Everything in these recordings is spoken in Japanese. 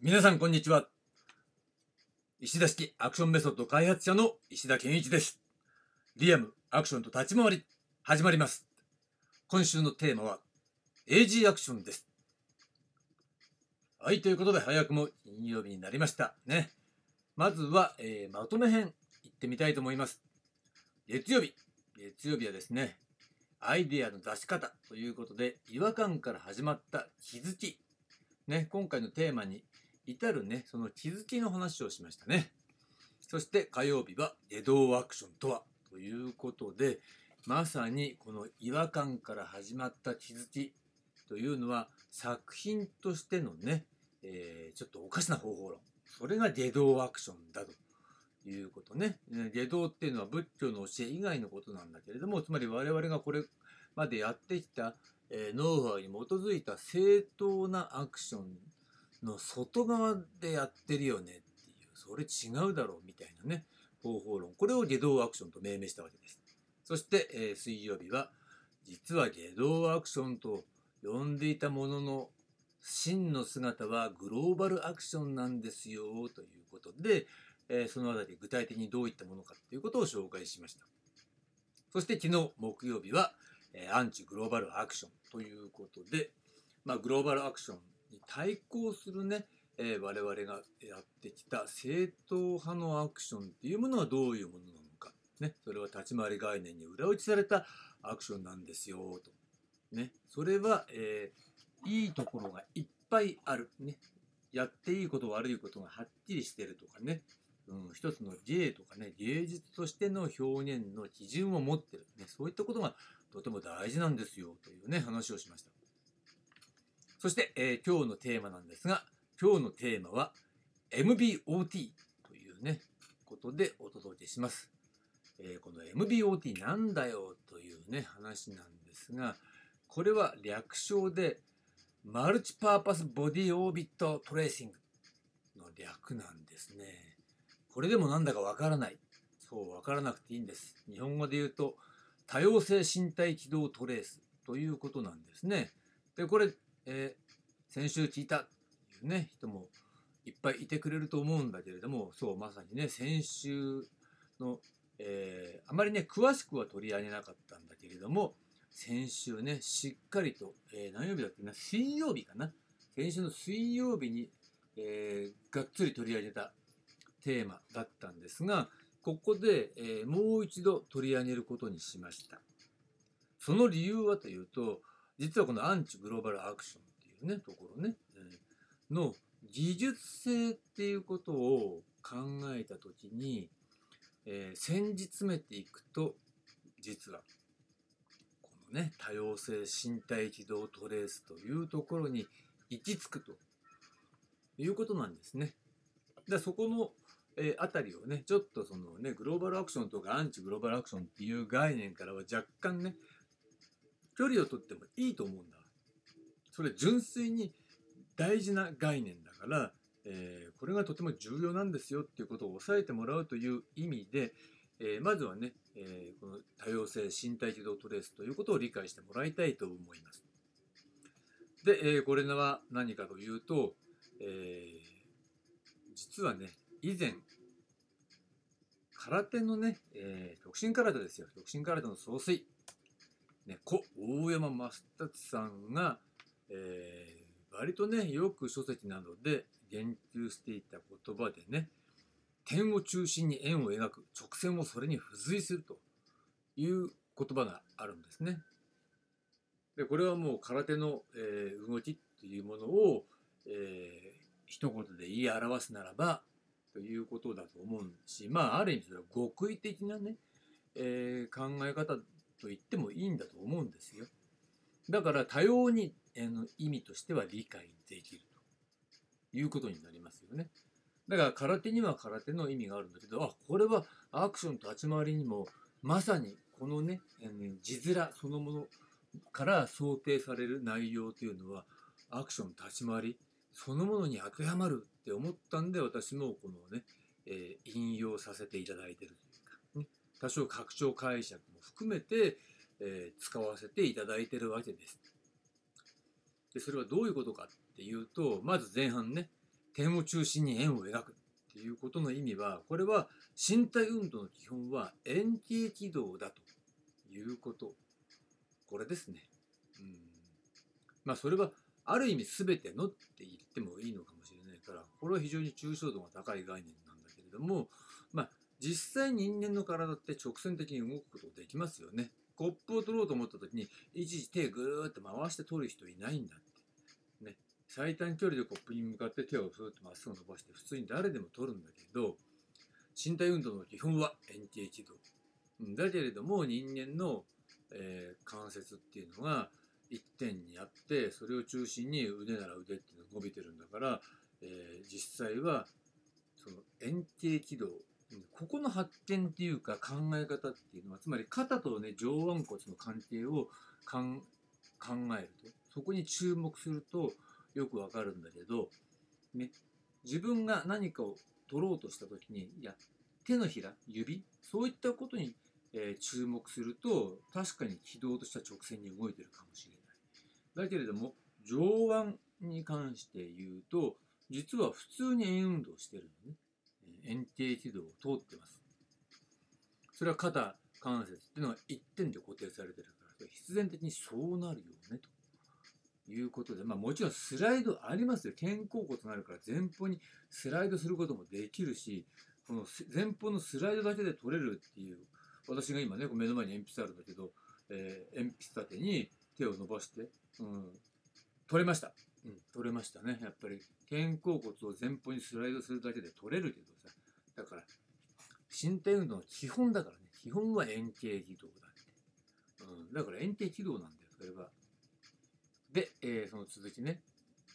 皆さんこんにちは。石田式アクションメソッド開発者の石田健一です。リアムアクションと立ち回り始まります。今週のテーマは AG アクションです。はい、ということで早くも金曜日になりましたね。まずは、まとめ編いってみたいと思います。月曜日はですね、アイデアの出し方ということで違和感から始まった気づきね、今回のテーマに至るね、その気づきの話をしましたね。そして火曜日は下道アクションとはということで、まさにこの違和感から始まった気づきというのは作品としてのね、ちょっとおかしな方法論。それが下道アクションだということね。下道っていうのは仏教の教え以外のことなんだけれども、つまり我々がこれまでやってきた、ノウハウに基づいた正当なアクションの外側でやってるよねっていう、それ違うだろうみたいなね、方法論。これを下道アクションと命名したわけです。そして、水曜日は、実は下道アクションと呼んでいたものの、真の姿はグローバルアクションなんですよということで、そのあたり具体的にどういったものかということを紹介しました。そして昨日木曜日は、アンチグローバルアクションということで、グローバルアクションに対抗するね、我々がやってきた正統派のアクションっていうものはどういうものなのか、ね、それは立ち回り概念に裏打ちされたアクションなんですよと、ね、それは、いいところがいっぱいある、ね、やっていいこと悪いことがはっきりしてるとかね、一つの芸とかね、芸術としての表現の基準を持ってる、ね、そういったことがとても大事なんですよというね話をしました。そして、今日のテーマなんですが、今日のテーマは MBOT というねことでお届けします。この MBOT なんだよというね話なんですが、これは略称でマルチパーパスボディオービットトレーシングの略なんですね。これでもなんだかわからない。そうわからなくていいんです。日本語で言うと多様性身体機動トレースということなんですね。でこれ、先週聞いたというね人もいっぱいいてくれると思うんだけれども、そうまさにね先週の、あまりね詳しくは取り上げなかったんだけれども、先週ねしっかりと、何曜日だっけな、水曜日かな、先週の水曜日に、がっつり取り上げたテーマだったんですが、ここで、もう一度取り上げることにしました。その理由はというと、実はこのアンチグローバルアクションっていうねところね、の技術性っていうことを考えたときに、先日詰めていくと、実はこのね多様性身体機動トレースというところに行き着くということなんですね。でそこの、あたりをねちょっとそのねグローバルアクションとかアンチグローバルアクションっていう概念からは若干ね距離を取ってもいいと思うんだ。それ純粋に大事な概念だから、これがとても重要なんですよっていうことを押さえてもらうという意味で、まずはね、この多様性身体機動トレースということを理解してもらいたいと思います。で、これは何かというと、実はね以前空手のね、極真空手ですよ。極真空手の総帥、ね、大山正達さんが、割とねよく書籍などで言及していた言葉でね、点を中心に円を描く、直線をそれに付随するという言葉があるんですね。でこれはもう空手の、動きっていうものを、一言で言い表すならばということだと思うし、ある意味それは極意的なね、考え方と言ってもいいんだと思うんですよ。だから多様に、意味としては理解できるということになりますよね。だから空手には空手の意味があるんだけど、これはアクション立ち回りにもまさにこのね、字面そのものから想定される内容というのはアクション立ち回りそのものに当てはまるって思ったんで、私もこのね、引用させていただいているというか、ね、多少拡張解釈も含めて、使わせていただいているわけです。でそれはどういうことかっていうと、まず前半ね、 点を中心に円を描くっていうことの意味は、これは身体運動の基本は円形軌道だということ、これですね。それはある意味全てのって言ってもいいのかもしれないから、これは非常に抽象度が高い概念なんだけれども、実際人間の体って直線的に動くことできますよね。コップを取ろうと思った時にいちいち手ぐーって回して取る人いないんだってね。最短距離でコップに向かって手をふーっとまっすぐ伸ばして普通に誰でも取るんだけど、身体運動の基本は円形軌道だけれども、人間の、関節っていうのが一点にあって、それを中心に腕なら腕っていうのが伸びてるんだから、実際はその円形軌道、ここの発見っていうか考え方っていうのは、つまり肩とね上腕骨の関係を考えると、そこに注目するとよくわかるんだけど、ね、自分が何かを取ろうとした時に、いや手のひら指そういったことに、注目すると確かに軌道としては直線に動いてるかもしれない。だけれども上腕に関して言うと、実は普通に円運動してるのね。円形軌道を通ってます。それは肩関節っていうのは一点で固定されてるから、必然的にそうなるよねということで、もちろんスライドありますよ。肩甲骨があるから前方にスライドすることもできるし、この前方のスライドだけで取れるっていう、私が今ね目の前に鉛筆あるんだけど、鉛筆立てに手を伸ばして、取れました。取れましたね。やっぱり肩甲骨を前方にスライドするだけで取れるけどさ、だから身体運動の基本だからね。基本は円形軌道だって、だから円形軌道なんだよ、それは。で、その続きね、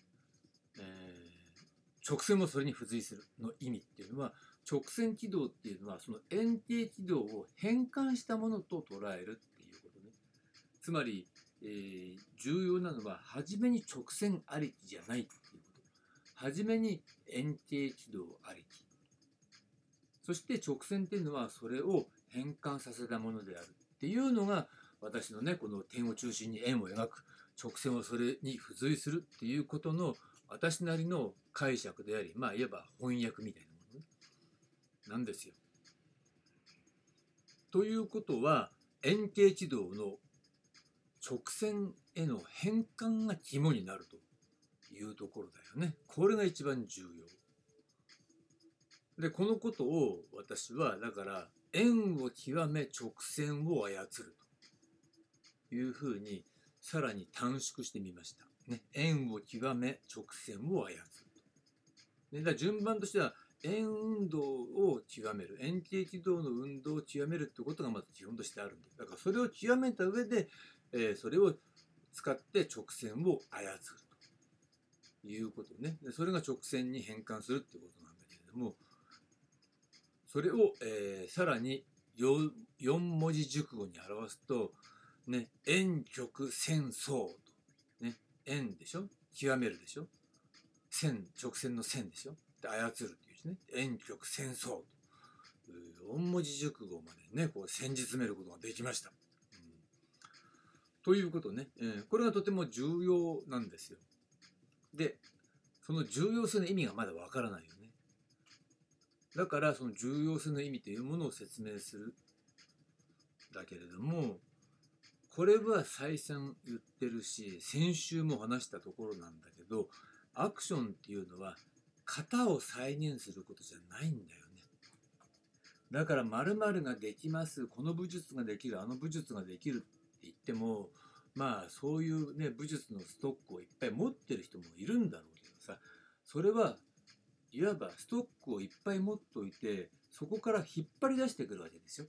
直線もそれに付随するの意味っていうのは、直線軌道っていうのはその円形軌道を変換したものと捉えるっていうことね。つまり、重要なのは初めに直線ありきじゃないっていうこと。初めに円形軌道ありき。そして直線っていうのはそれを変換させたものであるっていうのが、私のねこの点を中心に円を描く、直線をそれに付随するっていうことの私なりの解釈であり、いわば翻訳みたいなものなんですよ。ということは、円形軌道の直線への変換が肝になるというところだよね。これが一番重要で、このことを私はだから円を極め直線を操るというふうにさらに短縮してみました。ね、円を極め直線を操ると。だから順番としては円運動を極める、円形軌道の運動を極めるってことがまず基本としてあるんです。だからそれを極めた上で、それを使って直線を操るということね。でそれが直線に変換するってことなんだけれども、それを、さらに 4文字熟語に表すと、ね、円極線相と、ね、円でしょ、極めるでしょ、線、直線の線でしょ、で操るっていうしね、円極線相と4文字熟語までねこう線じ詰めることができました。ということね、これがとても重要なんですよ。で、その重要性の意味がまだわからないよね。だからその重要性の意味というものを説明するだけれども、これは再三言ってるし先週も話したところなんだけど、アクションっていうのは型を再現することじゃないんだよね。だから〇〇ができます、この武術ができる、あの武術ができるって言っても、そういうね武術のストックをいっぱい持ってる人もいるんだろうけどさ、それはいわばストックをいっぱい持っておいて、そこから引っ張り出してくるわけですよ。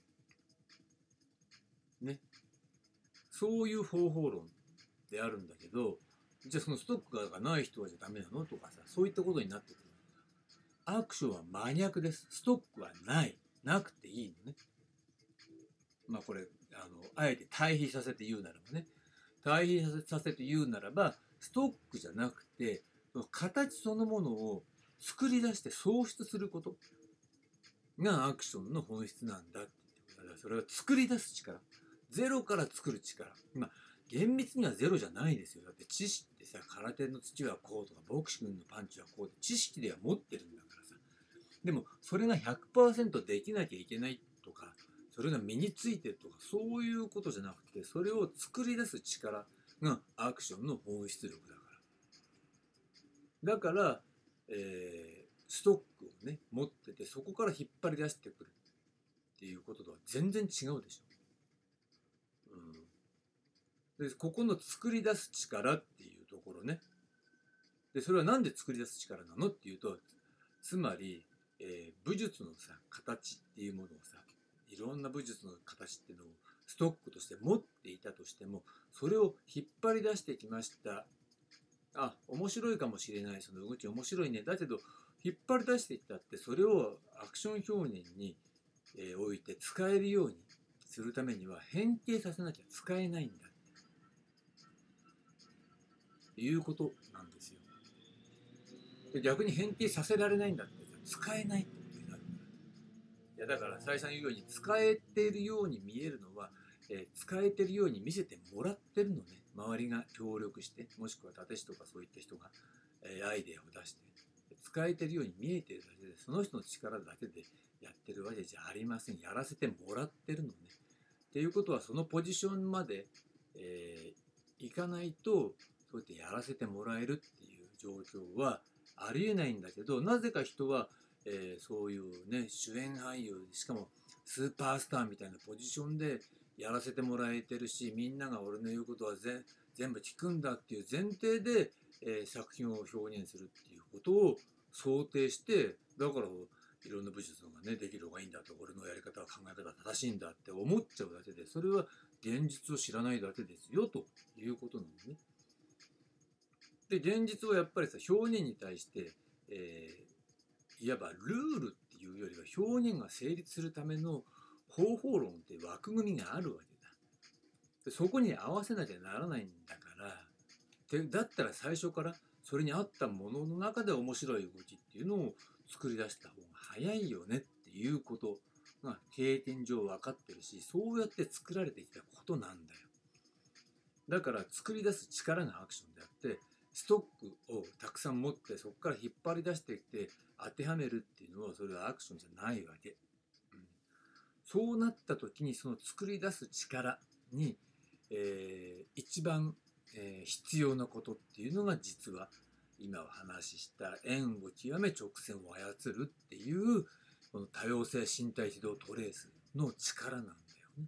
ね。そういう方法論であるんだけど、じゃあそのストックがない人はじゃダメなのとかさ、そういったことになってくる。アクションは真逆です。ストックはない。なくていいのね。これ、あえて対比させて言うならばね。対比させて言うならば、ストックじゃなくて、形そのものを作り出して創出することがアクションの本質なんだって。それは作り出す力。ゼロから作る力。 厳密にはゼロじゃないですよ。だって知識ってさ、空手の土はこうとか、ボクシングのパンチはこうって知識では持ってるんだからさ。でも、それが 100% できなきゃいけないとか、それが身についてるとか、そういうことじゃなくて、それを作り出す力がアクションの本質力だから。だから、ストックをね、持ってて、そこから引っ張り出してくるっていうこととは全然違うでしょ。でここの作り出す力っていうところね。でそれは何で作り出す力なのっていうと、つまり、武術のさ形っていうものをさ、いろんな武術の形っていうのをストックとして持っていたとしても、それを引っ張り出してきました。あ、面白いかもしれない、その動き面白いね。だけど引っ張り出してきたって、それをアクション表現に、おいて使えるようにするためには変形させなきゃ使えないんだっていうことなんですよ。で逆に変形させられないんだって使えないってことになる。いやだから再三言うように、使えているように見えるのは、使えてるように見せてもらってるのね。周りが協力して、もしくは立石とかそういった人が、アイデアを出して使えてるように見えてるだけで、その人の力だけでやってるわけじゃありません。やらせてもらってるのね。っていうことは、そのポジションまで、いかないとそうやってやらせてもらえるっていう状況はありえないんだけど、なぜか人は、そういうね主演俳優、しかもスーパースターみたいなポジションでやらせてもらえてるし、みんなが俺の言うことは全部聞くんだっていう前提で、作品を表現するっていうことを想定して、だからいろんな武術がねできる方がいいんだと、俺のやり方は考え方は正しいんだって思っちゃうだけで、それは現実を知らないだけですよということなんですね。で現実はやっぱりさ、表現に対して、いわばルールっていうよりは、表現が成立するための方法論って枠組みがあるわけだ。でそこに合わせなきゃならないんだから、だったら最初からそれに合ったものの中で面白い動きっていうのを作り出した方が早いよねっていうことが経験上分かってるし、そうやって作られてきたことなんだよ。だから作り出す力がアクションであって、ストックをたくさん持ってそこから引っ張り出してきて当てはめるっていうのは、それはアクションじゃないわけ。そうなった時に、その作り出す力に、一番、必要なことっていうのが、実は今お話しした円を極め直線を操るっていうこの多様性身体機動トレースの力なんだよね。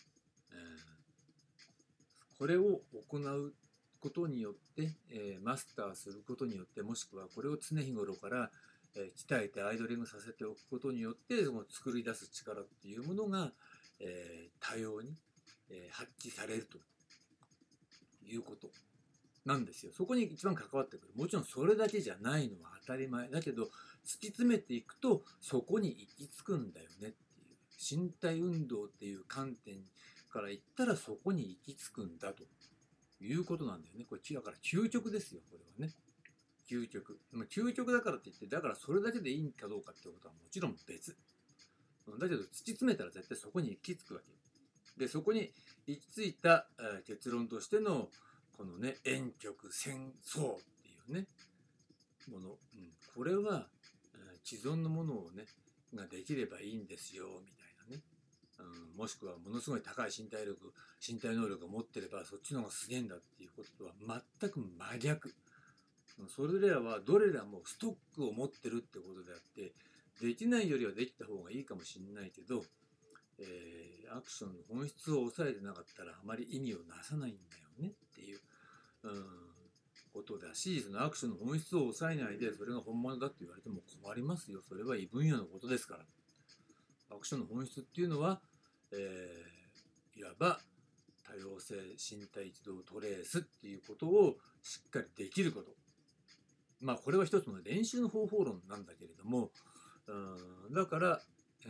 これを行うことによって、マスターすることによって、もしくはこれを常日頃から、鍛えてアイドリングさせておくことによって、その作り出す力っていうものが、多様に、発揮されるということなんですよ。そこに一番関わってくる。もちろんそれだけじゃないのは当たり前だけど、突き詰めていくとそこに行き着くんだよねっていう、身体運動っていう観点から言ったらそこに行き着くんだということなんだよね。これだから究極ですよ、これはね。究極。究極だからって言って、だからそれだけでいいかどうかってことはもちろん別。だけど突き詰めたら絶対そこに行き着くわけ。で、そこに行き着いた、結論としてのこのね、遠曲戦争っていうね、もの。これは、既存のものをね、ができればいいんですよ、みたいなね。もしくはものすごい高い身体能力を持ってればそっちの方がすげえんだっていうこととは全く真逆。それらはどれらもストックを持ってるってことであって、できないよりはできた方がいいかもしれないけど、アクションの本質を抑えてなかったらあまり意味をなさないんだよねっていう、ことだし、そのアクションの本質を抑えないでそれが本物だって言われても困りますよ。それは異分野のことですから。アクションの本質っていうのは、いわば多様性身体機動トレースっていうことをしっかりできること。これは一つの練習の方法論なんだけれども、だから、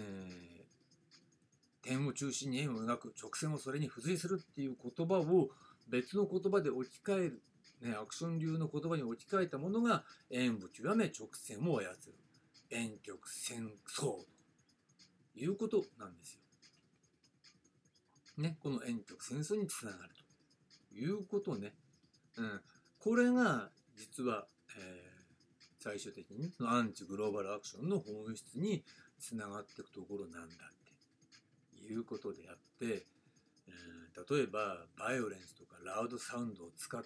点を中心に円を描く、直線をそれに付随するっていう言葉を別の言葉で置き換える、アクション流の言葉に置き換えたものが円を極め直線を操る、円曲線相ということなんですよ。ね、この円曲線相につながると。 いうことね。これが実は、最終的にそのアンチグローバルアクションの本質につながっていくところなんだっていうことであって、例えばバイオレンスとかラウドサウンドを使って、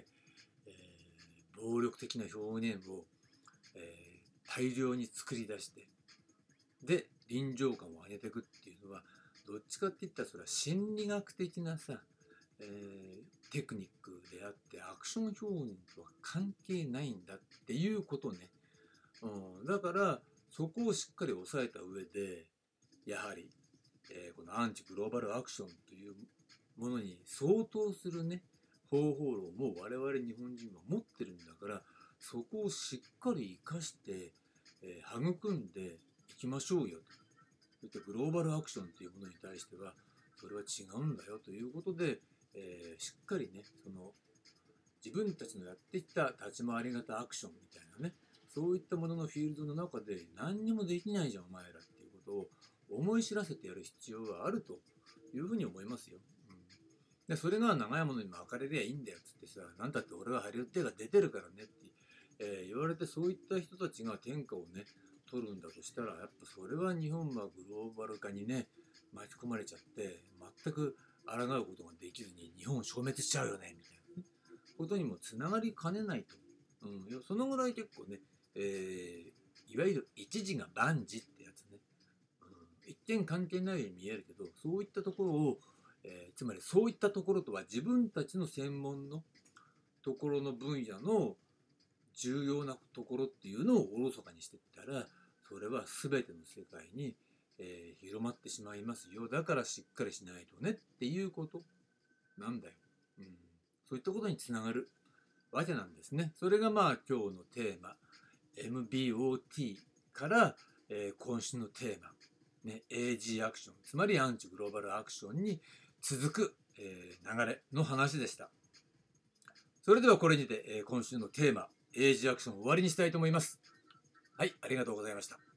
暴力的な表現を、大量に作り出してで臨場感を上げていくっていうのはどっちかって言ったらそれは心理学的なさ、テクニックであってアクション表現とは関係ないんだっていうことね、だからそこをしっかり押さえた上でやはり、このアンチグローバルアクションというものに相当するね方法論を我々日本人は持ってるんだからそこをしっかり生かして、育んでいきましょうよと。そういったグローバルアクションというものに対してはそれは違うんだよということで、しっかりねその自分たちのやってきた立ち回り型アクションみたいなねそういったもののフィールドの中で何にもできないじゃんお前らっていうことを思い知らせてやる必要があるというふうに思いますよ。でそれが長いものに巻かれりゃいいんだよっつってさ何だって俺はハリウッド映画出てるからねって、言われてそういった人たちが天下をね取るんだとしたらやっぱそれは日本はグローバル化にね巻き込まれちゃって全く抗うことができずに日本を消滅しちゃうよねみたいな、ね、ことにもつながりかねないと、そのぐらい結構ね、いわゆる一時が万事ってやつね、一見関係ないように見えるけどそういったところを、つまりそういったところとは自分たちの専門のところの分野の重要なところっていうのをおろそかにしていったらそれは全ての世界に、広まってしまいますよだからしっかりしないとねっていうことなんだよ、そういったことにつながるわけなんですね。それがまあ今日のテーマ MBOT から、今週のテーマ、ね、AG アクションつまりアンチグローバルアクションに続く、流れの話でした。それではこれにて、今週のテーマ AG アクションを終わりにしたいと思います。はい、ありがとうございました。